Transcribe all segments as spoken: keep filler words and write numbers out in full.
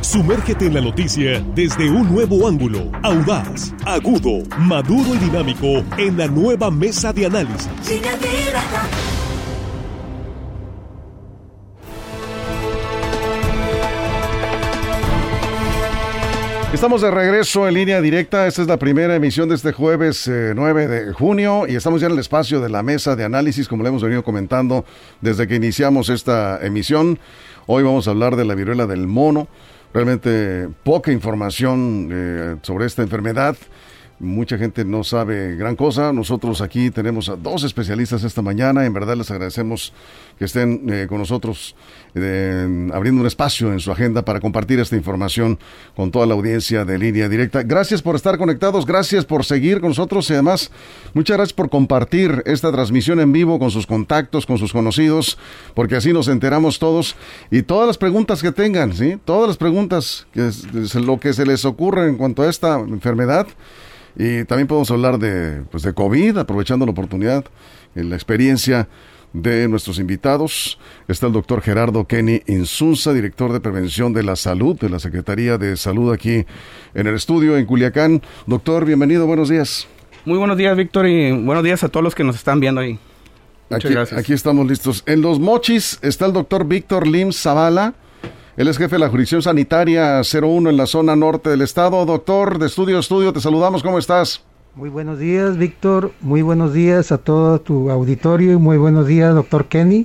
Sumérgete en la noticia desde un nuevo ángulo, audaz, agudo, maduro y dinámico en la nueva mesa de análisis. Estamos de regreso en línea directa. Esta es la primera emisión de este jueves eh, nueve de junio y estamos ya en el espacio de la mesa de análisis, como le hemos venido comentando desde que iniciamos esta emisión. Hoy vamos a hablar de la viruela del mono. Realmente poca información eh, sobre esta enfermedad. Mucha gente no sabe gran cosa. Nosotros aquí tenemos a dos especialistas esta mañana. En verdad les agradecemos que estén eh, con nosotros eh, abriendo un espacio en su agenda para compartir esta información con toda la audiencia de Línea Directa. Gracias por estar conectados, gracias por seguir con nosotros y además muchas gracias por compartir esta transmisión en vivo con sus contactos, con sus conocidos, porque así nos enteramos todos y todas las preguntas que tengan, ¿sí? Todas las preguntas, que es, es lo que se les ocurra en cuanto a esta enfermedad. Y también podemos hablar de, pues de COVID, aprovechando la oportunidad, en la experiencia de nuestros invitados. Está el doctor Gerardo Kenny Insunza, director de Prevención de la Salud de la Secretaría de Salud aquí en el estudio en Culiacán. Doctor, bienvenido, buenos días. Muy buenos días, Víctor, y buenos días a todos los que nos están viendo ahí. Muchas aquí, gracias. Aquí estamos listos. En Los Mochis está el doctor Víctor Lim Zavala. Él es jefe de la jurisdicción sanitaria cero uno en la zona norte del estado. Doctor de Estudio a Estudio, te saludamos, ¿cómo estás? Muy buenos días, Víctor. Muy buenos días a todo tu auditorio y muy buenos días, doctor Kenny.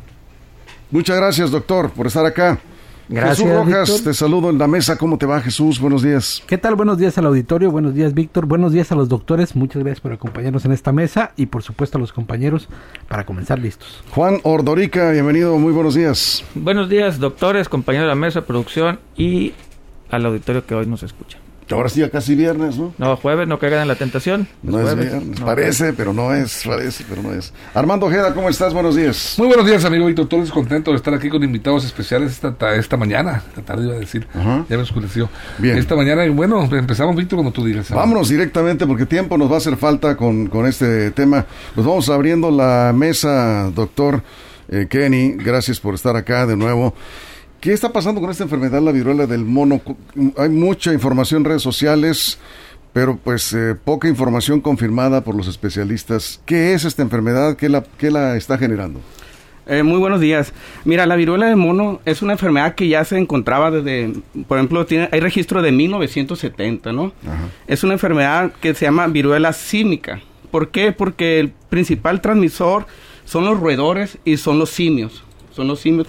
Muchas gracias, doctor, por estar acá. Gracias, Jesús Rojas, Víctor. te saludo en la mesa. ¿Cómo te va, Jesús? Buenos días. ¿Qué tal? Buenos días al auditorio, buenos días, Víctor, buenos días a los doctores, muchas gracias por acompañarnos en esta mesa y por supuesto a los compañeros para comenzar listos. Juan Ordorica, bienvenido, muy buenos días. Buenos días, doctores, compañeros de la mesa de producción y al auditorio que hoy nos escucha. Ahora sí, ya casi viernes, ¿no? No, jueves, no caigan en la tentación. No es jueves, viernes, no, parece, pero no es, parece, pero no es. Armando Ojeda, ¿cómo estás? Buenos días. Muy buenos días, amigo Víctor. Todos contentos de estar aquí con invitados especiales esta, esta mañana. Esta tarde iba a decir. Ajá. Ya me oscureció. Bien. Esta mañana, y bueno, empezamos, Víctor, cuando tú digas. Vámonos directamente porque tiempo nos va a hacer falta con, con este tema. Nos vamos abriendo la mesa, doctor eh, Kenny. Gracias por estar acá de nuevo. ¿Qué está pasando con esta enfermedad, la viruela del mono? Hay mucha información en redes sociales, pero pues eh, poca información confirmada por los especialistas. ¿Qué es esta enfermedad? ¿Qué la, qué la está generando? Eh, muy buenos días. Mira, la viruela del mono es una enfermedad que ya se encontraba desde, por ejemplo, tiene, hay registro de mil novecientos setenta, ¿no? Ajá. Es una enfermedad que se llama viruela símica. ¿Por qué? Porque el principal transmisor son los roedores y son los simios. Son los simios.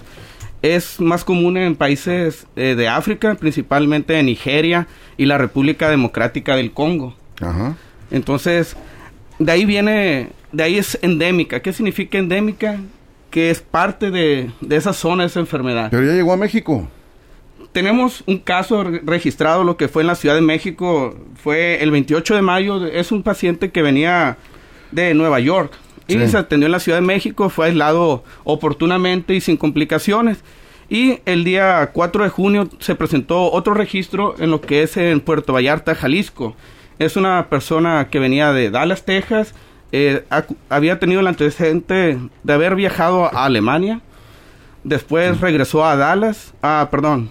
Es más común en países eh, de África, principalmente en Nigeria y la República Democrática del Congo. Ajá. Entonces, de ahí viene, de ahí es endémica. ¿Qué significa endémica? Que es parte de, de esa zona, esa enfermedad. Pero ya llegó a México. Tenemos un caso re- registrado, lo que fue en la Ciudad de México, fue el veintiocho de mayo, es un paciente que venía de Nueva York. Y sí. Se atendió en la Ciudad de México, fue aislado oportunamente y sin complicaciones. Y el día cuatro de junio se presentó otro registro en lo que es en Puerto Vallarta, Jalisco. Es una persona que venía de Dallas, Texas. Eh, acu- había tenido el antecedente de haber viajado a Alemania. Después sí. regresó a Dallas, ah, perdón.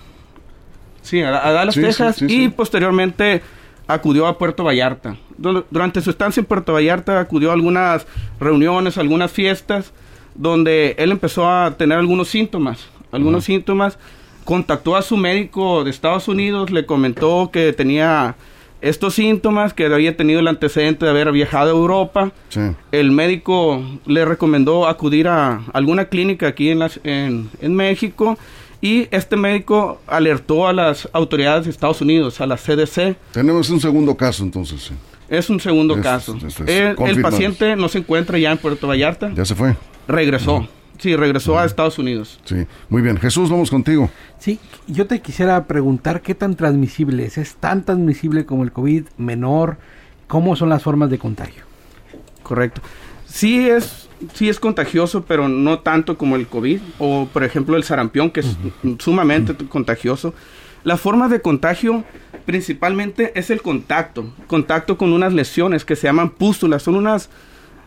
Sí, a, a Dallas, sí, Texas. Sí, sí, y sí. posteriormente acudió a Puerto Vallarta. Durante su estancia en Puerto Vallarta acudió a algunas reuniones, algunas fiestas, donde él empezó a tener algunos síntomas, algunos uh-huh. síntomas. Contactó a su médico de Estados Unidos, le comentó que tenía estos síntomas, que había tenido el antecedente de haber viajado a Europa. Sí. El médico le recomendó acudir a alguna clínica aquí en, las, en, en México. Y este médico alertó a las autoridades de Estados Unidos, a la C D C. Tenemos un segundo caso, entonces. Sí. Es un segundo es, caso. Es, es, el, el paciente no se encuentra ya en Puerto Vallarta. Ya se fue. Regresó. Uh-huh. Sí, regresó uh-huh. a Estados Unidos. Sí, muy bien. Jesús, vamos contigo. Sí, yo te quisiera preguntar qué tan transmisible es. ¿Es tan transmisible como el COVID, menor? ¿Cómo son las formas de contagio? Correcto. Sí es, sí es contagioso, pero no tanto como el COVID o, por ejemplo, el sarampión, que es uh-huh. sumamente uh-huh. contagioso. La forma de contagio principalmente es el contacto, contacto con unas lesiones que se llaman pústulas. Son unas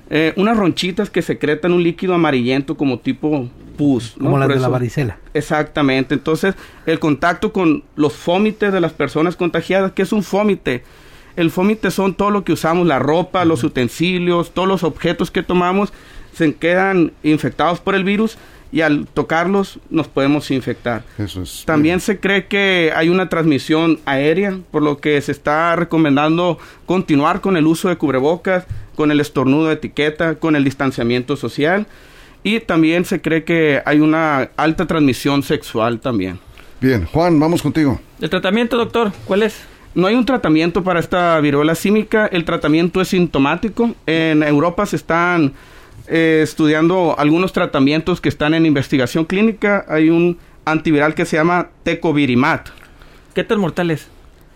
eh, unas ronchitas que secretan un líquido amarillento como tipo pus, ¿no? Como las Por de la eso- varicela. Exactamente. Entonces, el contacto con los fómites de las personas contagiadas, ¿qué es un fómite? El fómite son todo lo que usamos, la ropa, los utensilios, todos los objetos que tomamos, se quedan infectados por el virus y al tocarlos nos podemos infectar. Eso es. También se cree que hay una transmisión aérea, por lo que se está recomendando continuar con el uso de cubrebocas, con el estornudo de etiqueta, con el distanciamiento social, y también se cree que hay una alta transmisión sexual también. Bien, Juan, vamos contigo. ¿El tratamiento, doctor? ¿Cuál es? No hay un tratamiento para esta viruela símica, el tratamiento es sintomático. En Europa se están eh, estudiando algunos tratamientos que están en investigación clínica. Hay un antiviral que se llama Tecovirimat. ¿Qué tan mortal es?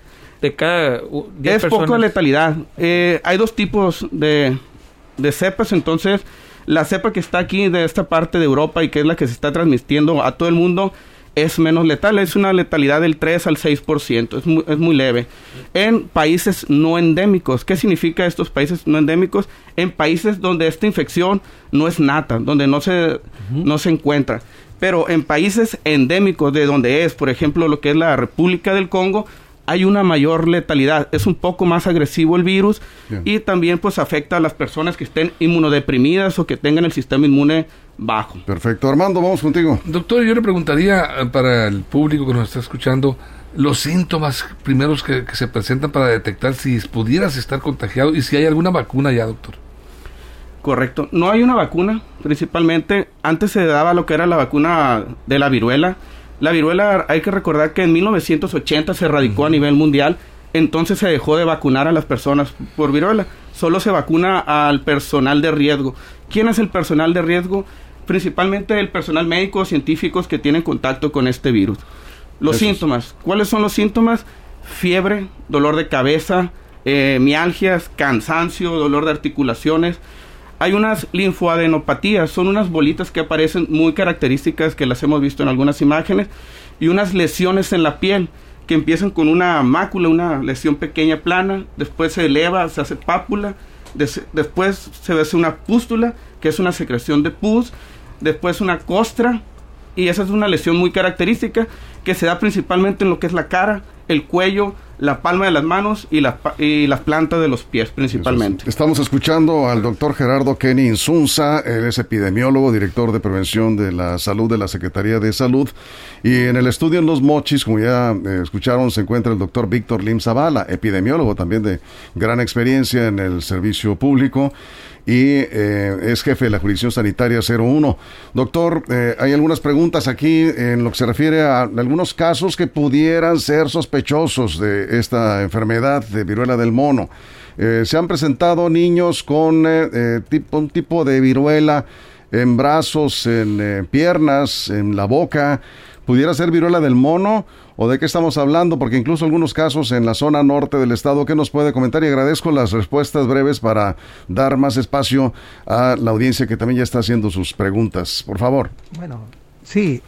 De cada uh, diez Es personas. poco letalidad. Eh, hay dos tipos de, de cepas, entonces la cepa que está aquí de esta parte de Europa y que es la que se está transmitiendo a todo el mundo es menos letal, es una letalidad del tres al seis por ciento, es muy, es muy leve. En países no endémicos, ¿qué significa estos países no endémicos? En países donde esta infección no es nata, donde no se, uh-huh. no se encuentra. Pero en países endémicos de donde es, por ejemplo, lo que es la República del Congo, hay una mayor letalidad, es un poco más agresivo el virus. Bien. Y también pues afecta a las personas que estén inmunodeprimidas o que tengan el sistema inmune bajo. Perfecto. Armando, vamos contigo. Doctor, yo le preguntaría para el público que nos está escuchando los síntomas primeros que, que se presentan para detectar si pudieras estar contagiado y si hay alguna vacuna ya, doctor. Correcto. No hay una vacuna, principalmente. Antes se daba lo que era la vacuna de la viruela. La viruela, hay que recordar que en mil novecientos ochenta se erradicó uh-huh. a nivel mundial, entonces se dejó de vacunar a las personas por viruela. Solo se vacuna al personal de riesgo. ¿Quién es el personal de riesgo? Principalmente el personal médico, científicos que tienen contacto con este virus. Los Eso síntomas. Es. ¿Cuáles son los síntomas? Fiebre, dolor de cabeza, eh, mialgias, cansancio, dolor de articulaciones. Hay unas linfoadenopatías, son unas bolitas que aparecen muy características que las hemos visto en algunas imágenes, y unas lesiones en la piel que empiezan con una mácula, una lesión pequeña plana, después se eleva, se hace pápula, des- después se hace una pústula, que es una secreción de pus, después una costra, y esa es una lesión muy característica que se da principalmente en lo que es la cara, el cuello, la palma de las manos y, la, y las plantas de los pies principalmente. Estamos escuchando al doctor Gerardo Kenny Insunza, él es epidemiólogo, director de prevención de la salud de la Secretaría de Salud, y en el estudio en Los Mochis, como ya eh, escucharon, se encuentra el doctor Víctor Lim Zavala, epidemiólogo también de gran experiencia en el servicio público, y eh, es jefe de la jurisdicción sanitaria cero uno. Doctor, eh, hay algunas preguntas aquí en lo que se refiere a algunos casos que pudieran ser sospechosos de esta enfermedad de viruela del mono. Eh, se han presentado niños con eh, eh, tipo, un tipo de viruela en brazos, en eh, piernas, en la boca. ¿Pudiera ser viruela del mono? ¿O de qué estamos hablando? Porque incluso algunos casos en la zona norte del estado, ¿qué nos puede comentar? Y agradezco las respuestas breves para dar más espacio a la audiencia que también ya está haciendo sus preguntas. Por favor. Bueno, sí.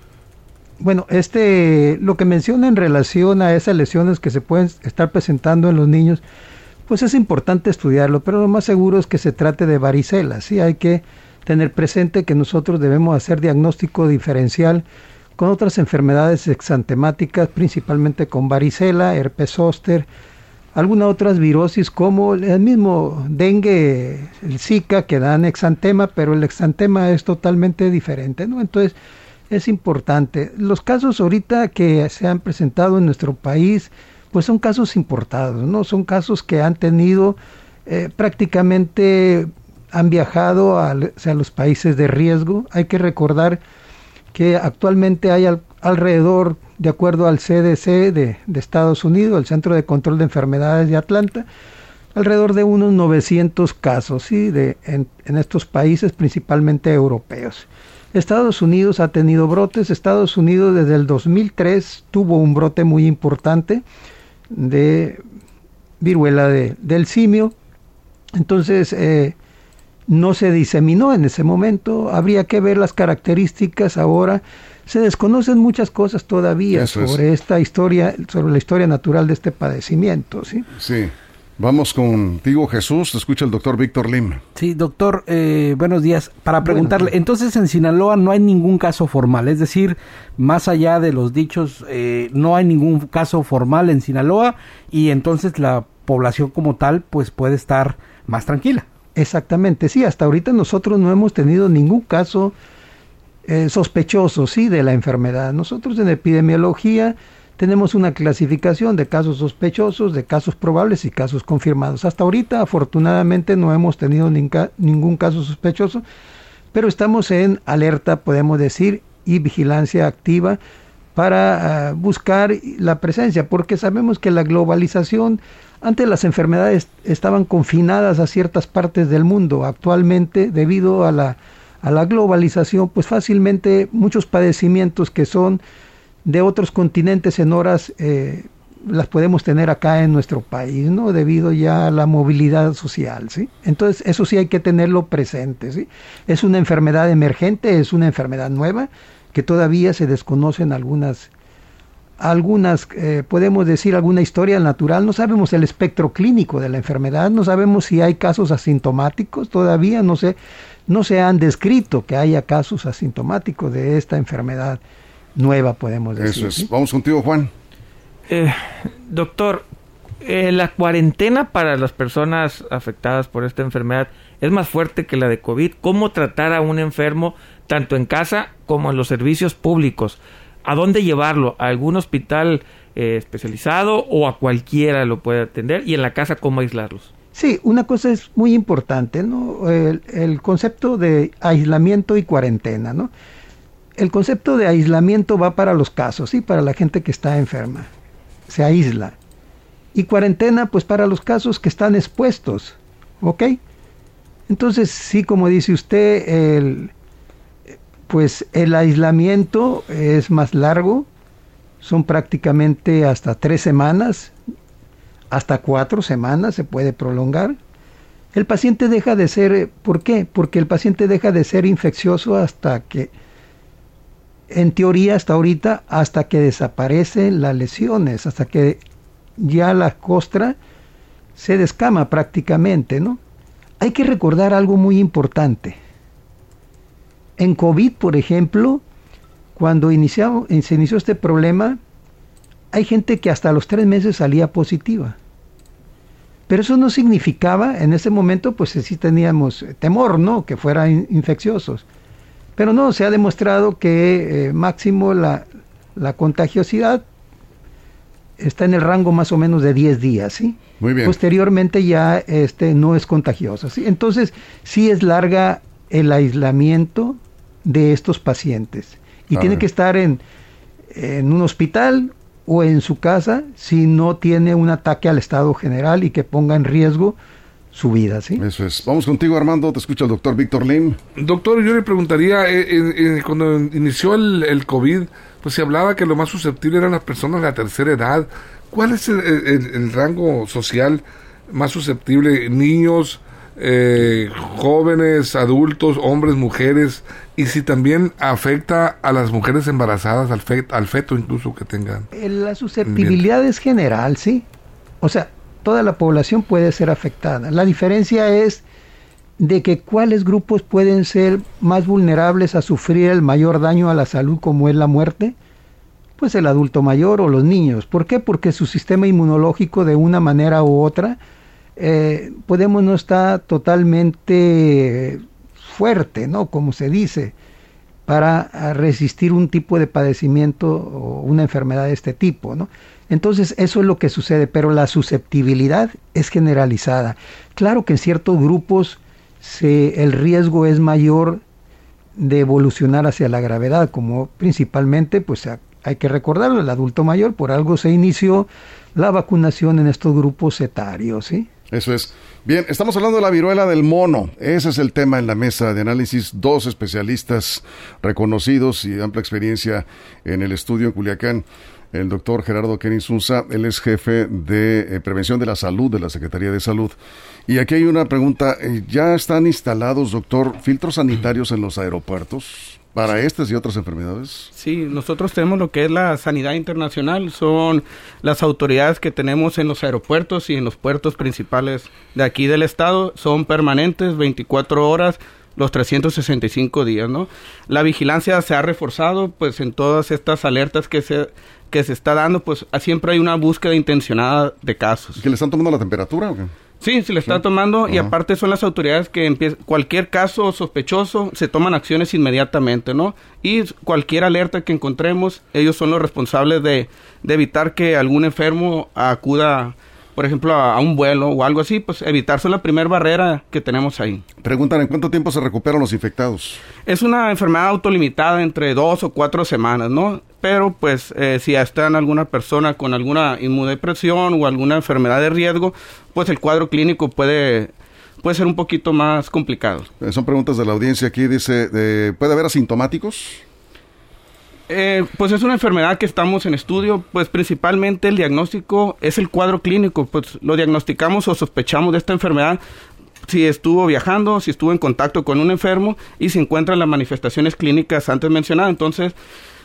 Bueno, este, lo que menciona en relación a esas lesiones que se pueden estar presentando en los niños, pues es importante estudiarlo, pero lo más seguro es que se trate de varicela. Sí, hay que tener presente que nosotros debemos hacer diagnóstico diferencial con otras enfermedades exantemáticas, principalmente con varicela, herpes zóster, algunas otras virosis como el mismo dengue, el Zika, que dan exantema, pero el exantema es totalmente diferente, ¿no? Entonces, es importante. Los casos ahorita que se han presentado en nuestro país, pues son casos importados, ¿no? Son casos que han tenido, eh, prácticamente han viajado a, a los países de riesgo. Hay que recordar que actualmente hay al, alrededor, de acuerdo al C D C de, de Estados Unidos, el Centro de Control de Enfermedades de Atlanta, alrededor de unos novecientos casos, ¿sí? de, en, en estos países principalmente europeos. Estados Unidos ha tenido brotes. Estados Unidos desde el dos mil tres tuvo un brote muy importante de viruela de, del simio. Entonces, eh, no se diseminó en ese momento. Habría que ver las características ahora. Se desconocen muchas cosas todavía Eso sobre es. esta historia, sobre la historia natural de este padecimiento, ¿sí? Sí. Vamos contigo, Jesús. Te escucha el doctor Víctor Lim. Sí, doctor, eh, buenos días. Para preguntarle, bueno, entonces en Sinaloa no hay ningún caso formal, es decir, más allá de los dichos, eh, no hay ningún caso formal en Sinaloa y entonces la población como tal pues puede estar más tranquila. Exactamente, sí, hasta ahorita nosotros no hemos tenido ningún caso eh, sospechoso, sí, de la enfermedad. Nosotros en epidemiología tenemos una clasificación de casos sospechosos, de casos probables y casos confirmados. Hasta ahorita, afortunadamente, no hemos tenido ninca, ningún caso sospechoso, pero estamos en alerta, podemos decir, y vigilancia activa para uh, buscar la presencia, porque sabemos que la globalización, antes las enfermedades estaban confinadas a ciertas partes del mundo. Actualmente, debido a la, a la globalización, pues fácilmente muchos padecimientos que son de otros continentes en horas eh, las podemos tener acá en nuestro país, ¿no? Debido ya a la movilidad social, ¿sí? Entonces eso sí hay que tenerlo presente, ¿sí? Es una enfermedad emergente, es una enfermedad nueva que todavía se desconocen algunas, algunas eh, podemos decir alguna historia natural. No sabemos el espectro clínico de la enfermedad, no sabemos si hay casos asintomáticos, todavía no sé, no se han descrito que haya casos asintomáticos de esta enfermedad nueva, podemos decir. Eso es. ¿Sí? Vamos contigo, Juan. Eh, doctor, eh, la cuarentena para las personas afectadas por esta enfermedad es más fuerte que la de COVID. ¿Cómo tratar a un enfermo tanto en casa como en los servicios públicos? ¿A dónde llevarlo? ¿A algún hospital eh, especializado o a cualquiera lo puede atender? Y en la casa, ¿cómo aislarlos? Sí, una cosa es muy importante, ¿no? El, el concepto de aislamiento y cuarentena, ¿no? El concepto de aislamiento va para los casos, ¿sí? Para la gente que está enferma, se aísla. Y cuarentena, pues para los casos que están expuestos, ¿ok? Entonces, sí, como dice usted, el, pues el aislamiento es más largo, son prácticamente hasta tres semanas, hasta cuatro semanas se puede prolongar. El paciente deja de ser, ¿por qué? Porque el paciente deja de ser infeccioso hasta que, en teoría hasta ahorita, hasta que desaparecen las lesiones, hasta que ya la costra se descama prácticamente, ¿no? Hay que recordar algo muy importante. En COVID, por ejemplo, cuando inició, se inició este problema, hay gente que hasta los tres meses salía positiva. Pero eso no significaba, en ese momento, pues sí teníamos temor, ¿no? Que fueran infecciosos. Pero no, se ha demostrado que eh, máximo la, la contagiosidad está en el rango más o menos de diez días, ¿sí? Muy bien. Posteriormente ya este no es contagiosa, ¿sí? Entonces, sí es larga el aislamiento de estos pacientes. Y A tiene ver. que estar en, en un hospital o en su casa si no tiene un ataque al estado general y que ponga en riesgo su vida, ¿sí? Eso es. Vamos contigo, Armando. Te escucha el doctor Víctor Lim. Doctor, yo le preguntaría, eh, eh, eh, cuando inició el, el COVID, pues se hablaba que lo más susceptible eran las personas de la tercera edad. ¿Cuál es el, el, el rango social más susceptible? Niños, eh, jóvenes, adultos, hombres, mujeres, y si también afecta a las mujeres embarazadas, al feto, al feto incluso que tengan. La susceptibilidad es general, ¿sí? O sea, toda la población puede ser afectada. La diferencia es de que cuáles grupos pueden ser más vulnerables a sufrir el mayor daño a la salud, como es la muerte. Pues el adulto mayor o los niños. ¿Por qué? Porque su sistema inmunológico, de una manera u otra, eh, podemos no estar totalmente fuerte, ¿no? Como se dice, para resistir un tipo de padecimiento o una enfermedad de este tipo, ¿no? Entonces eso es lo que sucede, pero la susceptibilidad es generalizada. Claro que en ciertos grupos se, el riesgo es mayor de evolucionar hacia la gravedad, como principalmente, pues hay que recordarlo, el adulto mayor, por algo se inició la vacunación en estos grupos etarios, ¿sí? Eso es. Bien, estamos hablando de la viruela del mono. Ese es el tema en la mesa de análisis. Dos especialistas reconocidos y de amplia experiencia en el estudio en Culiacán. El doctor Gerardo Kern Insunza, él es jefe de eh, Prevención de la Salud de la Secretaría de Salud. Y aquí hay una pregunta. Eh, ¿Ya están instalados, doctor, filtros sanitarios en los aeropuertos? para estas y otras enfermedades. Sí, nosotros tenemos lo que es la sanidad internacional, son las autoridades que tenemos en los aeropuertos y en los puertos principales de aquí del estado, son permanentes, veinticuatro horas, los trescientos sesenta y cinco días, ¿no? La vigilancia se ha reforzado, pues en todas estas alertas que se que se está dando, pues siempre hay una búsqueda intencionada de casos. ¿Que le están tomando la temperatura o qué? Sí, se le está sí. tomando, uh-huh. y aparte son las autoridades que empiezan, cualquier caso sospechoso, se toman acciones inmediatamente, ¿no? Y cualquier alerta que encontremos, ellos son los responsables de, de evitar que algún enfermo acuda, por ejemplo, a, a un vuelo o algo así, pues evitar, son la primera barrera que tenemos ahí. Preguntan, ¿en cuánto tiempo se recuperan los infectados? Es una enfermedad autolimitada entre dos o cuatro semanas, ¿no? Pero pues eh, si está en alguna persona con alguna inmunodepresión o alguna enfermedad de riesgo, pues el cuadro clínico puede, puede ser un poquito más complicado. Eh, son preguntas de la audiencia aquí, dice, eh, ¿puede haber asintomáticos? Eh, pues es una enfermedad que estamos en estudio, pues principalmente el diagnóstico es el cuadro clínico, pues lo diagnosticamos o sospechamos de esta enfermedad si estuvo viajando, si estuvo en contacto con un enfermo y se encuentran las manifestaciones clínicas antes mencionadas. Entonces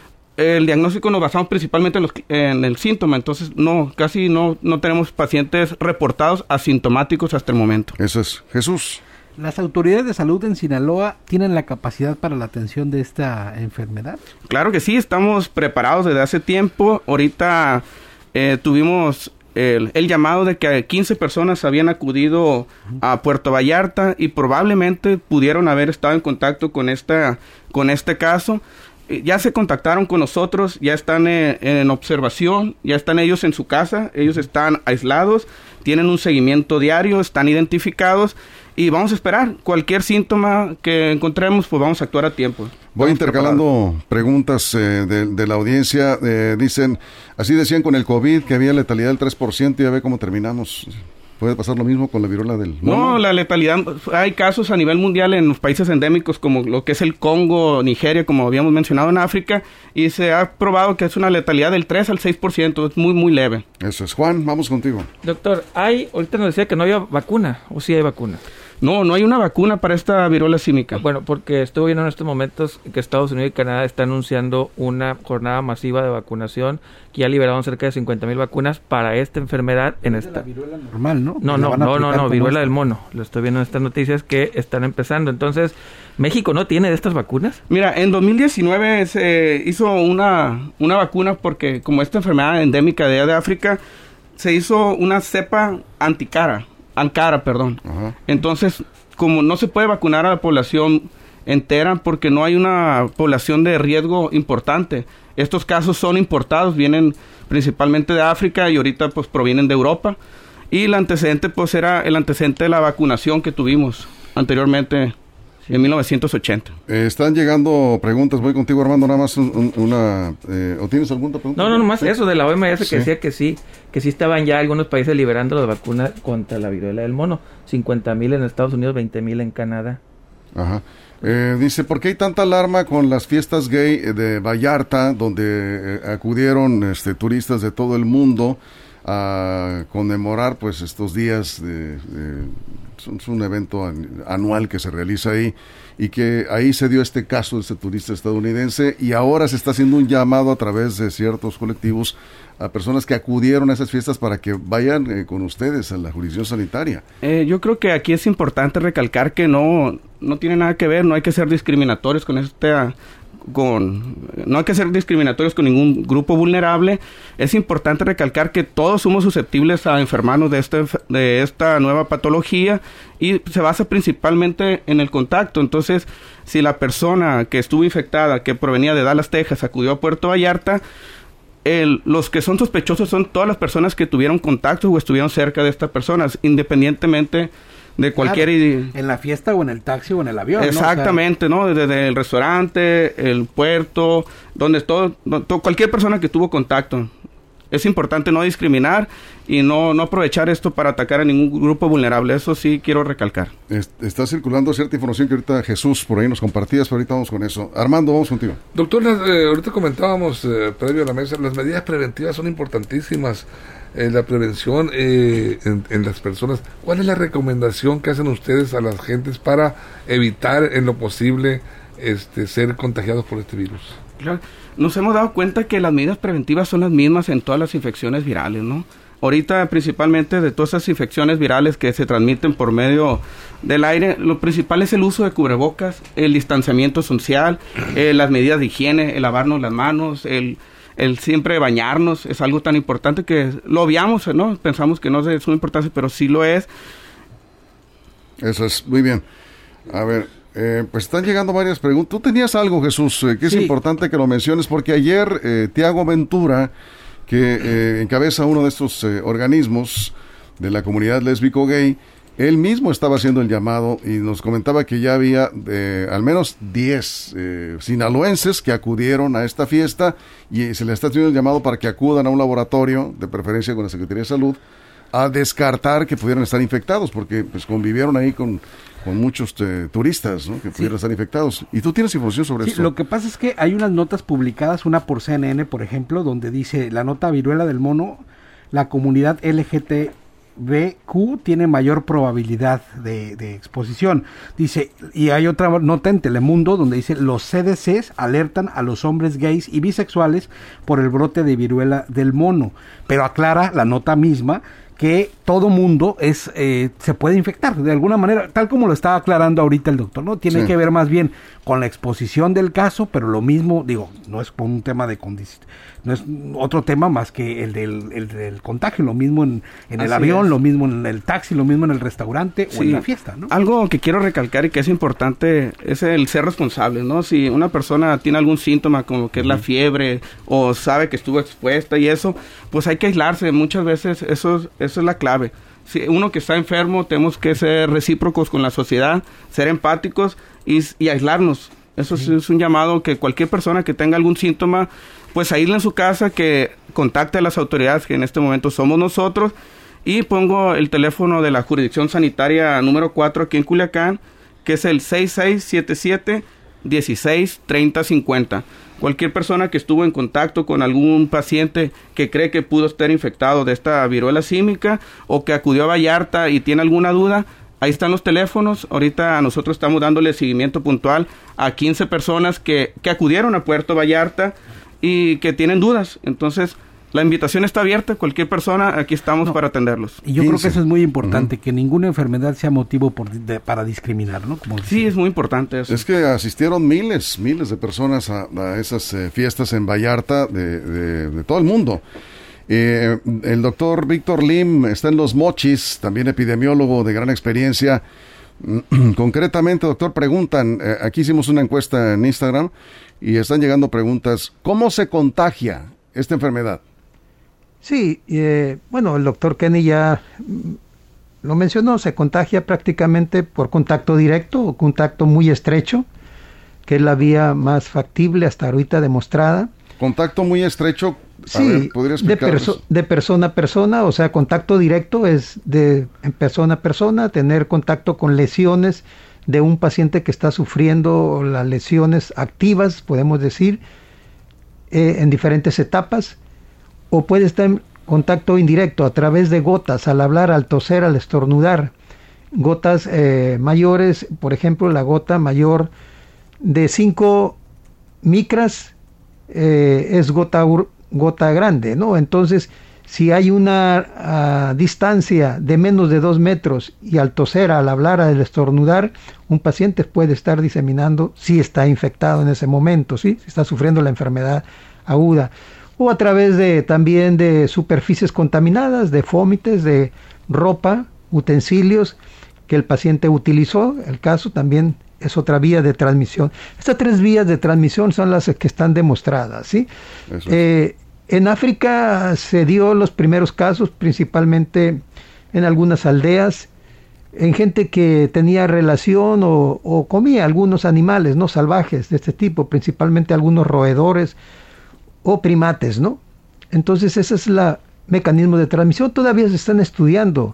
el diagnóstico nos basamos principalmente en, los, en el síntoma, entonces no, casi no, no tenemos pacientes reportados asintomáticos hasta el momento. Eso es. Jesús. ¿Las autoridades de salud en Sinaloa tienen la capacidad para la atención de esta enfermedad? Claro que sí, estamos preparados desde hace tiempo. Ahorita eh, tuvimos el, el llamado de que quince personas habían acudido a Puerto Vallarta y probablemente pudieron haber estado en contacto con, esta, con este caso. Ya se contactaron con nosotros, ya están en, en observación, ya están ellos en su casa, ellos están aislados, tienen un seguimiento diario, están identificados y vamos a esperar. Cualquier síntoma que encontremos, pues vamos a actuar a tiempo. Voy Estamos intercalando preparados. preguntas eh, de, de la audiencia. Eh, dicen, así decían con el COVID, que había letalidad del tres por ciento y ya ve cómo terminamos. ¿Puede pasar lo mismo con la viruela del mono? No, la letalidad, hay casos a nivel mundial en los países endémicos como lo que es el Congo, Nigeria, como habíamos mencionado en África, y se ha probado que es una letalidad del tres al seis por ciento, es muy, muy leve. Eso es. Juan, vamos contigo. Doctor, hay, ahorita nos decía que no había vacuna, ¿o sí hay vacuna? No, no hay una vacuna para esta viruela símica. Bueno, porque estoy viendo en estos momentos que Estados Unidos y Canadá están anunciando una jornada masiva de vacunación, que ya liberaron cerca de cincuenta mil vacunas para esta enfermedad en esta... La viruela normal, ¿no? No, no, no, no, no, viruela del mono. Lo estoy viendo en estas noticias que están empezando. Entonces, ¿México no tiene de estas vacunas? Mira, en dos mil diecinueve se hizo una, una vacuna porque como esta enfermedad endémica de, de África, se hizo una cepa anticara. Ankara, perdón. Ajá. Entonces, como no se puede vacunar a la población entera porque no hay una población de riesgo importante. Estos casos son importados, vienen principalmente de África y ahorita pues provienen de Europa. Y el antecedente pues era el antecedente de la vacunación que tuvimos anteriormente en mil novecientos ochenta. Eh, están llegando preguntas, voy contigo Armando, nada más un, un, una... Eh, ¿O tienes alguna pregunta? No, no, nomás ¿Sí? eso de la O M S que sí. decía que sí, que sí estaban ya algunos países liberando las vacunas contra la viruela del mono. cincuenta mil en Estados Unidos, veinte mil en Canadá. Ajá. Eh, dice, ¿por qué hay tanta alarma con las fiestas gay de Vallarta, donde eh, acudieron este, turistas de todo el mundo a conmemorar pues estos días de... de es un evento anual que se realiza ahí y que ahí se dio este caso de este turista estadounidense y ahora se está haciendo un llamado a través de ciertos colectivos a personas que acudieron a esas fiestas para que vayan eh, con ustedes a la jurisdicción sanitaria? Eh, yo creo que aquí es importante recalcar que no, no tiene nada que ver, no hay que ser discriminatorios con esta... Con, no hay que ser discriminatorios con ningún grupo vulnerable. Es importante recalcar que todos somos susceptibles a enfermarnos de, este, de esta nueva patología y se basa principalmente en el contacto. Entonces, si la persona que estuvo infectada, que provenía de Dallas, Texas, acudió a Puerto Vallarta, el, los que son sospechosos son todas las personas que tuvieron contacto o estuvieron cerca de estas personas, independientemente de cualquier... Claro, en la fiesta o en el taxi o en el avión. Exactamente, ¿no? O sea, ¿no? Desde el restaurante, el puerto, donde todo, todo, cualquier persona que tuvo contacto. Es importante no discriminar y no, no aprovechar esto para atacar a ningún grupo vulnerable. Eso sí quiero recalcar. Está circulando cierta información que ahorita Jesús por ahí nos compartías, pero ahorita vamos con eso. Armando, vamos contigo. Doctor, las, eh, ahorita comentábamos eh, previo a la mesa, las medidas preventivas son importantísimas. Eh, la prevención eh, en, en las personas. ¿Cuál es la recomendación que hacen ustedes a las gentes para evitar en lo posible este, ser contagiados por este virus. Claro. Nos hemos dado cuenta que las medidas preventivas son las mismas en todas las infecciones virales, ¿no? Ahorita, principalmente de todas esas infecciones virales que se transmiten por medio del aire, lo principal es el uso de cubrebocas, el distanciamiento social, eh, las medidas de higiene, el lavarnos las manos, el, el siempre bañarnos, es algo tan importante que lo obviamos, ¿no? Pensamos que no es de suma importancia, pero sí lo es. Eso es, muy bien. A ver, eh, pues están llegando varias preguntas. Tú tenías algo, Jesús, eh, que es sí. importante que lo menciones, porque ayer eh, Tiago Ventura, que eh, encabeza uno de estos eh, organismos de la comunidad lésbico-gay, él mismo estaba haciendo el llamado y nos comentaba que ya había eh, al menos diez eh, sinaloenses que acudieron a esta fiesta y se les está haciendo el llamado para que acudan a un laboratorio, de preferencia con la Secretaría de Salud, a descartar que pudieran estar infectados, porque pues convivieron ahí con, con muchos eh, turistas, ¿no? Que pudieran sí. estar infectados. ¿Y tú tienes información sobre sí, esto? Lo que pasa es que hay unas notas publicadas, una por C N N, por ejemplo, donde dice la nota viruela del mono, la comunidad L G T B Q tiene mayor probabilidad de, de exposición. Dice, y hay otra nota en Telemundo donde dice, los C D Cs alertan a los hombres gays y bisexuales por el brote de viruela del mono. Pero aclara la nota misma que todo mundo es eh, se puede infectar de alguna manera, tal como lo estaba aclarando ahorita el doctor, ¿no? Tiene sí. que ver más bien con la exposición del caso, pero lo mismo, digo, no es por un tema de condición, no es otro tema más que el del, el del contagio, lo mismo en, en el avión, es. lo mismo en el taxi, lo mismo en el restaurante sí. o en la fiesta, ¿no? Algo que quiero recalcar y que es importante es el ser responsable, ¿no? Si una persona tiene algún síntoma como que es uh-huh. la fiebre o sabe que estuvo expuesta y eso, pues hay que aislarse. Muchas veces eso, eso es la clave. Si uno que está enfermo, tenemos que ser recíprocos con la sociedad, ser empáticos y, y aislarnos. Eso sí. es, es un llamado que cualquier persona que tenga algún síntoma, pues aísle en su casa, que contacte a las autoridades, que en este momento somos nosotros, y pongo el teléfono de la jurisdicción sanitaria número cuatro aquí en Culiacán, que es el seis seis siete siete, dieciséis treinta cincuenta. Cualquier persona que estuvo en contacto con algún paciente que cree que pudo estar infectado de esta viruela símica o que acudió a Vallarta y tiene alguna duda, ahí están los teléfonos. Ahorita nosotros estamos dándole seguimiento puntual a quince personas que, que acudieron a Puerto Vallarta y que tienen dudas. Entonces, la invitación está abierta, cualquier persona, aquí estamos no, para atenderlos. Y yo quince. Creo que eso es muy importante, uh-huh. que ninguna enfermedad sea motivo por, de, para discriminar, ¿no? Como sí, es muy importante eso. Es que asistieron miles, miles de personas a, a esas eh, fiestas en Vallarta de, de, de todo el mundo. Eh, el doctor Víctor Lim está en Los Mochis, también epidemiólogo de gran experiencia. Concretamente, doctor, preguntan, eh, aquí hicimos una encuesta en Instagram y están llegando preguntas, ¿cómo se contagia esta enfermedad? Sí, eh, bueno, el doctor Kenny ya lo mencionó, se contagia prácticamente por contacto directo o contacto muy estrecho, que es la vía más factible hasta ahorita demostrada. Contacto muy estrecho, a sí, ver, ¿podría de, perso- de persona a persona, o sea, contacto directo es de en persona a persona, tener contacto con lesiones de un paciente que está sufriendo las lesiones activas, podemos decir, eh, en diferentes etapas. O puede estar en contacto indirecto a través de gotas, al hablar, al toser, al estornudar. Gotas eh, mayores, por ejemplo, la gota mayor de cinco micras eh, es gota, gota grande, ¿no? Entonces, si hay una uh, distancia de menos de dos metros y al toser, al hablar, al estornudar, un paciente puede estar diseminando si está infectado en ese momento, ¿sí? Si está sufriendo la enfermedad aguda. O a través de también de superficies contaminadas, de fómites, de ropa, utensilios que el paciente utilizó. El caso también es otra vía de transmisión. Estas tres vías de transmisión son las que están demostradas, ¿sí? Eh, en África se dio los primeros casos, principalmente en algunas aldeas, en gente que tenía relación o, o comía algunos animales no salvajes de este tipo, principalmente algunos roedores o primates, ¿no? Entonces ese es el mecanismo de transmisión. Todavía se están estudiando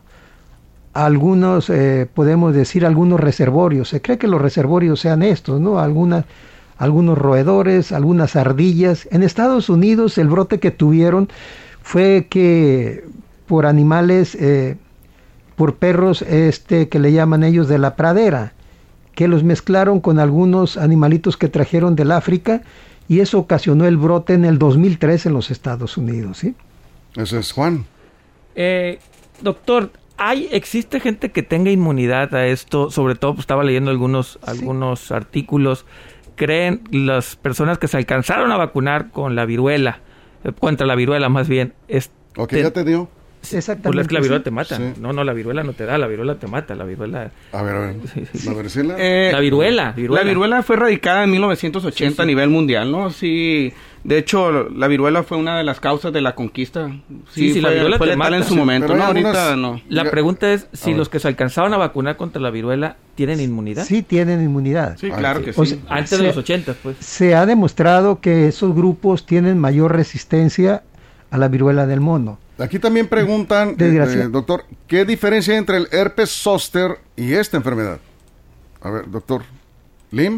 algunos, eh, podemos decir, algunos reservorios. Se cree que los reservorios sean estos, ¿no? Algunas, algunos roedores, algunas ardillas. En Estados Unidos el brote que tuvieron fue que por animales, eh, por perros este que le llaman ellos de la pradera, que los mezclaron con algunos animalitos que trajeron del África y eso ocasionó el brote en el dos mil tres en los Estados Unidos, ¿sí? Eso es Juan. Eh, doctor, ¿hay, ¿existe gente que tenga inmunidad a esto? Sobre todo, pues, estaba leyendo algunos, sí. algunos artículos. ¿Creen las personas que se alcanzaron a vacunar con la viruela, eh, contra la viruela más bien? Es, ok, te, ya te dio. Exactamente. Pues es que la viruela te mata. Sí. No, no, la viruela no te da, la viruela te mata, la viruela... A ver, a ver. Sí, sí. ¿La varicela? Eh, la viruela, viruela. La viruela fue erradicada en mil novecientos ochenta sí, sí. a nivel mundial, ¿no? Sí, de hecho, la viruela fue una de las causas de la conquista. Sí, sí, sí fue, la viruela fue te letal mata. en su momento, Pero ¿no? algunas... Ahorita no. La pregunta es si a los ver. que se alcanzaron a vacunar contra la viruela tienen inmunidad. Sí, tienen inmunidad. Sí, claro que sí. O sea, Antes se, de los ochenta, pues. Se ha demostrado que esos grupos tienen mayor resistencia a la viruela del mono. Aquí también preguntan, eh, doctor, ¿qué diferencia hay entre el herpes zóster y esta enfermedad? A ver, doctor, ¿Lim?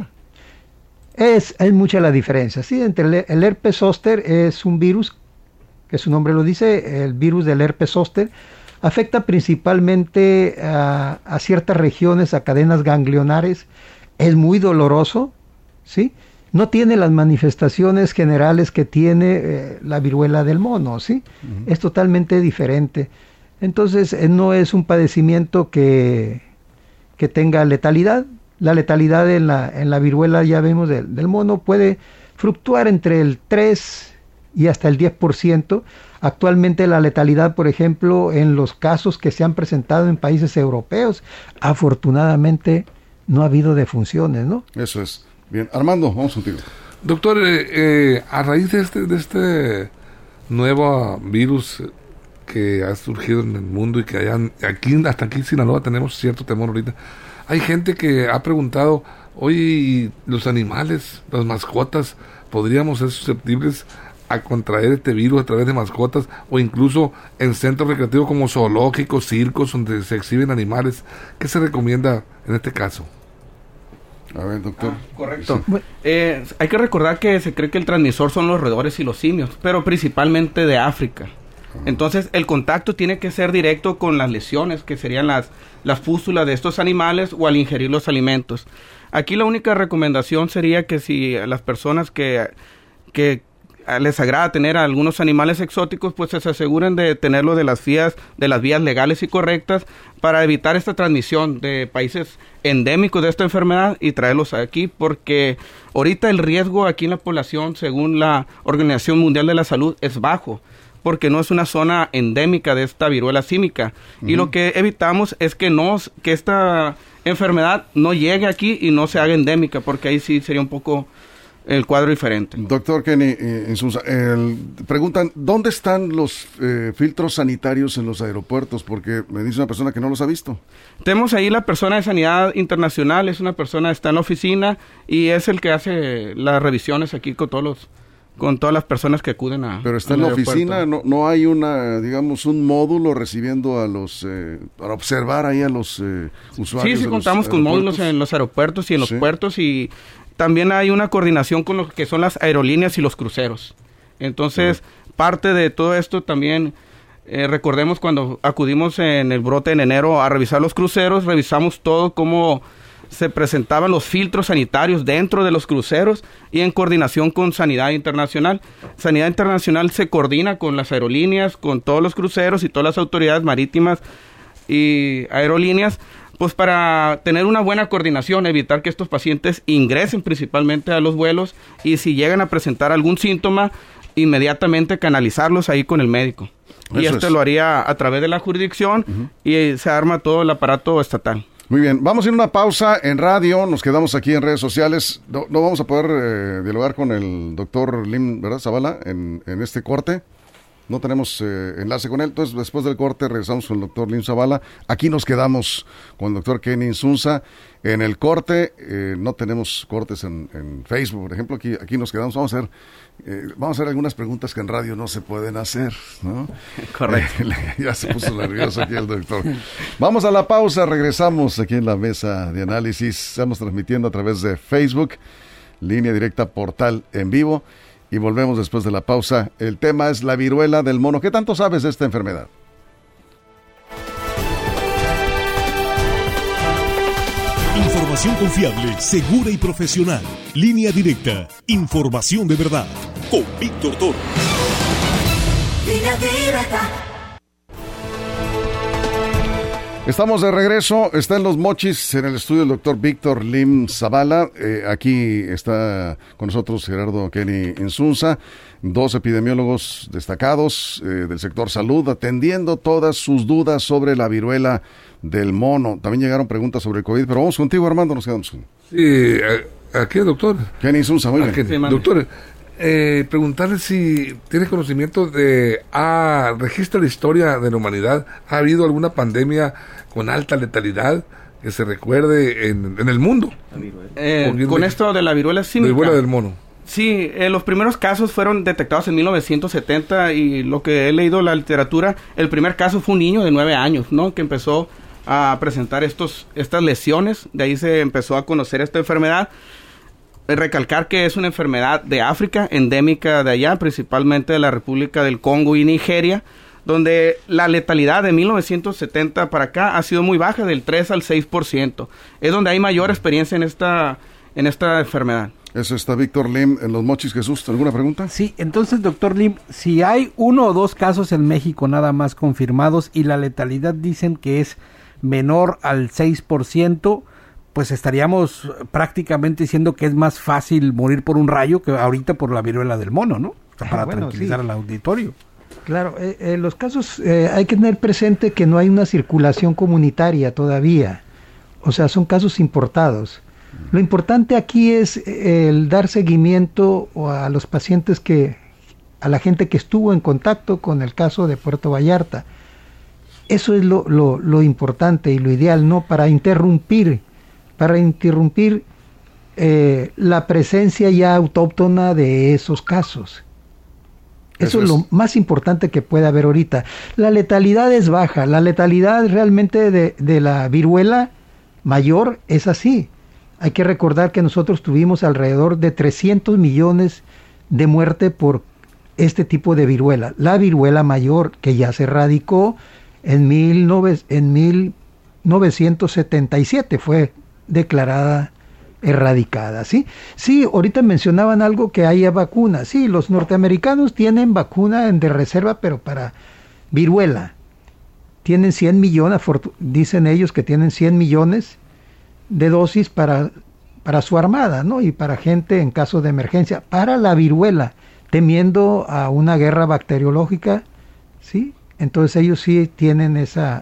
Es, hay mucha la diferencia, sí, entre el, el herpes zóster es un virus, que su nombre lo dice, el virus del herpes zóster, afecta principalmente a, a ciertas regiones, a cadenas ganglionares, es muy doloroso, ¿sí? No tiene las manifestaciones generales que tiene eh, la viruela del mono, ¿sí? Uh-huh. Es totalmente diferente. Entonces, eh, no es un padecimiento que, que tenga letalidad. La letalidad en la, en la viruela, ya vemos, del, del mono puede fluctuar entre el tres y hasta el diez por ciento. Actualmente la letalidad, por ejemplo, en los casos que se han presentado en países europeos, afortunadamente no ha habido defunciones, ¿no? Eso es. Bien, Armando, vamos contigo. Doctor, eh, eh, a raíz de este, de este nuevo virus que ha surgido en el mundo y que hayan, aquí, hasta aquí en Sinaloa tenemos cierto temor ahorita, hay gente que ha preguntado, oye, ¿los animales, las mascotas, podríamos ser susceptibles a contraer este virus a través de mascotas o incluso en centros recreativos como zoológicos, circos, donde se exhiben animales? ¿Qué se recomienda en este caso? A ver, doctor. Ah, correcto. Sí. Eh, hay que recordar que se cree que el transmisor son los roedores y los simios, pero principalmente de África. Ah. Entonces, el contacto tiene que ser directo con las lesiones, que serían las, las pústulas de estos animales o al ingerir los alimentos. Aquí la única recomendación sería que si a las personas que, que les agrada tener a algunos animales exóticos, pues se aseguren de tenerlo de las vías, de las vías legales y correctas para evitar esta transmisión de países endémicos de esta enfermedad y traerlos aquí, porque ahorita el riesgo aquí en la población, según la Organización Mundial de la Salud, es bajo, porque no es una zona endémica de esta viruela símica. Uh-huh. Y lo que evitamos es que no, que esta enfermedad no llegue aquí y no se haga endémica, porque ahí sí sería un poco el cuadro diferente. Doctor Kenny, eh, Insunza, eh, preguntan, ¿dónde están los eh, filtros sanitarios en los aeropuertos? Porque me dice una persona que no los ha visto. Tenemos ahí la persona de Sanidad Internacional, es una persona que está en la oficina y es el que hace las revisiones aquí con todos los, con todas las personas que acuden a. Pero está en la oficina, no, no hay una, digamos, un módulo recibiendo a los, eh, para observar ahí a los eh, usuarios. Sí, sí, contamos con módulos en los aeropuertos y en los sí. puertos y también hay una coordinación con lo que son las aerolíneas y los cruceros. Entonces, sí. parte de todo esto también, eh, recordemos cuando acudimos en el brote en enero a revisar los cruceros, revisamos todo cómo se presentaban los filtros sanitarios dentro de los cruceros y en coordinación con Sanidad Internacional. Sanidad Internacional se coordina con las aerolíneas, con todos los cruceros y todas las autoridades marítimas y aerolíneas, pues para tener una buena coordinación, evitar que estos pacientes ingresen principalmente a los vuelos y si llegan a presentar algún síntoma, inmediatamente canalizarlos ahí con el médico. Eso y esto es. Lo haría a través de la jurisdicción uh-huh. y se arma todo el aparato estatal. Muy bien, vamos a ir a una pausa en radio, nos quedamos aquí en redes sociales, no, no vamos a poder eh, dialogar con el doctor Lim, ¿verdad, Zavala, en, en este corte? No tenemos eh, enlace con él, entonces después del corte regresamos con el doctor Lim Zavala. Aquí nos quedamos con el doctor Kenny Insunza. En el corte, eh, no tenemos cortes en, en Facebook, por ejemplo, aquí, aquí nos quedamos. Vamos a hacer eh, vamos a hacer algunas preguntas que en radio no se pueden hacer, ¿no? Correcto. Eh, ya se puso nervioso aquí el doctor. Vamos a la pausa, regresamos aquí en la mesa de análisis. Estamos transmitiendo a través de Facebook, línea directa Portal en vivo. Y volvemos después de la pausa. El tema es la viruela del mono. ¿Qué tanto sabes de esta enfermedad? Información Información confiable, segura y profesional. Línea Directa. Información de verdad. Con Víctor Toro. Línea Directa. Estamos de regreso, está en Los Mochis, en el estudio el doctor Víctor Lim Zavala. Eh, aquí está con nosotros Gerardo Kenny Insunza, dos epidemiólogos destacados eh, del sector salud, atendiendo todas sus dudas sobre la viruela del mono. También llegaron preguntas sobre el COVID, pero vamos contigo, Armando, nos quedamos con... Sí, aquí, doctor. Kenny Insunza, muy bien. Kenny. Sí, doctor, eh, preguntarle si tiene conocimiento de... Ah, registra la historia de la humanidad. ¿Ha habido alguna pandemia con alta letalidad que se recuerde en, en el mundo? Eh, con de, esto de la viruela símica. La viruela del mono. Sí, eh, los primeros casos fueron detectados en mil novecientos setenta y lo que he leído en la literatura, el primer caso fue un niño de nueve años, ¿no? Que empezó a presentar estos estas lesiones, de ahí se empezó a conocer esta enfermedad. Recalcar que es una enfermedad de África, endémica de allá, principalmente de la República del Congo y Nigeria, donde la letalidad de mil novecientos setenta para acá ha sido muy baja, del tres al seis por ciento. Es donde hay mayor experiencia en esta, en esta enfermedad. Eso está Víctor Lim en Los Mochis. Jesús, ¿alguna pregunta? Sí, entonces, doctor Lim, si hay uno o dos casos en México nada más confirmados y la letalidad dicen que es menor al seis por ciento, pues estaríamos prácticamente diciendo que es más fácil morir por un rayo que ahorita por la viruela del mono, ¿no? O sea, para bueno, tranquilizar sí. al auditorio. Claro, eh, eh, los casos eh, hay que tener presente que no hay una circulación comunitaria todavía, o sea, son casos importados. Lo importante aquí es eh, el dar seguimiento a los pacientes que, a la gente que estuvo en contacto con el caso de Puerto Vallarta. Eso es lo, lo, lo importante y lo ideal, ¿no? Para interrumpir, para interrumpir eh, la presencia ya autóctona de esos casos. Eso, Eso es, es lo más importante que puede haber ahorita. La letalidad es baja, la letalidad realmente de, de la viruela mayor es así. Hay que recordar que nosotros tuvimos alrededor de trescientos millones de muerte por este tipo de viruela. La viruela mayor, que ya se erradicó en, mil novecientos setenta y siete, fue declarada erradicada, ¿sí? Sí, ahorita mencionaban algo que haya vacuna. Sí, los norteamericanos tienen vacuna de reserva, pero para viruela. Tienen cien millones, dicen ellos que tienen cien millones de dosis para, para su armada, ¿no? Y para gente en caso de emergencia. Para la viruela, temiendo a una guerra bacteriológica, ¿sí? Entonces ellos sí tienen esa...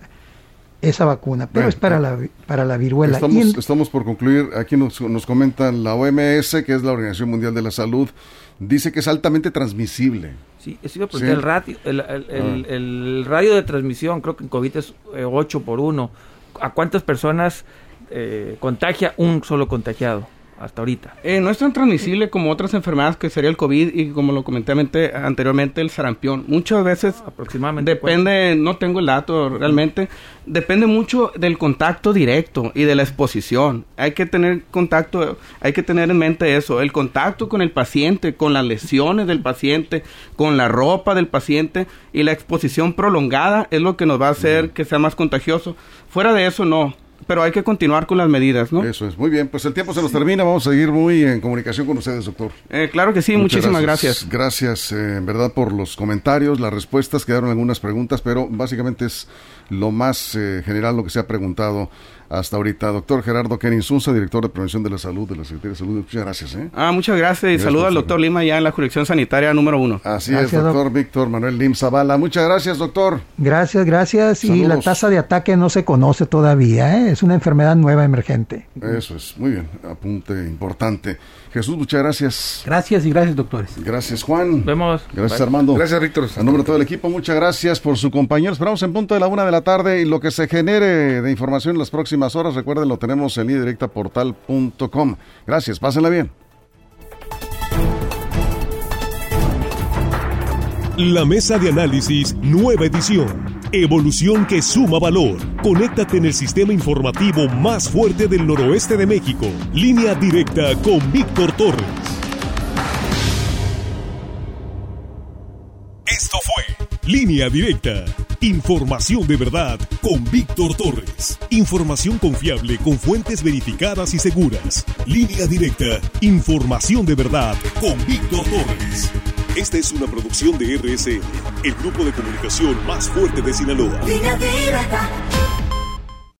esa vacuna, pero bueno, es para la para la viruela. Estamos, en... estamos por concluir. Aquí nos, nos comentan la O M S, que es la Organización Mundial de la Salud, dice que es altamente transmisible. Sí, es porque ¿Sí? el radio el, el, el, ah. el radio de transmisión, creo que en COVID es eh, ocho por uno. ¿A cuántas personas eh, contagia un solo contagiado hasta ahorita? Eh, no es tan transmisible como otras enfermedades que sería el COVID y como lo comenté anteriormente el sarampión. Muchas veces aproximadamente depende, ¿cuánto? No tengo el dato realmente, depende mucho del contacto directo y de la exposición. Hay que tener contacto, hay que tener en mente eso, el contacto con el paciente, con las lesiones del paciente, con la ropa del paciente, y la exposición prolongada es lo que nos va a hacer que sea más contagioso. Fuera de eso no. Pero hay que continuar con las medidas, ¿no? Eso es, muy bien. Pues el tiempo se nos termina, vamos a seguir muy en comunicación con ustedes, doctor. Eh, claro que sí, Muchas muchísimas gracias. Gracias, gracias eh, en verdad, por los comentarios, las respuestas, quedaron algunas preguntas, pero básicamente es lo más eh, general lo que se ha preguntado hasta ahorita. Doctor Gerardo Kenny Insunza, director de Prevención de la Salud de la Secretaría de Salud. Muchas gracias. ¿eh? Ah, muchas gracias y saludo al doctor Lima ya en la jurisdicción sanitaria número uno. Así gracias, es, doctor doc. Víctor Manuel Lim Zavala. Muchas gracias, doctor. Gracias, gracias. Saludos. Y la tasa de ataque no se conoce todavía, ¿eh? Es una enfermedad nueva emergente. Eso es, muy bien, apunte importante. Jesús, muchas gracias. Gracias y gracias, doctores. Gracias, Juan. Nos vemos. Gracias, Bye. Armando. Gracias, Víctor. A nombre de todo el equipo, muchas gracias por su compañía. Esperamos en punto de la una de la tarde y lo que se genere de información en las próximas horas, recuerden, lo tenemos en línea directa portal punto com. Gracias, pásenla bien. La mesa de análisis, nueva edición. Evolución que suma valor. Conéctate en el sistema informativo más fuerte del noroeste de México. Línea directa con Víctor Torres. Esto fue Línea Directa. Información de verdad con Víctor Torres. Información confiable con fuentes verificadas y seguras. Línea Directa. Información de verdad con Víctor Torres. Esta es una producción de R S N, el grupo de comunicación más fuerte de Sinaloa. Línea Directa.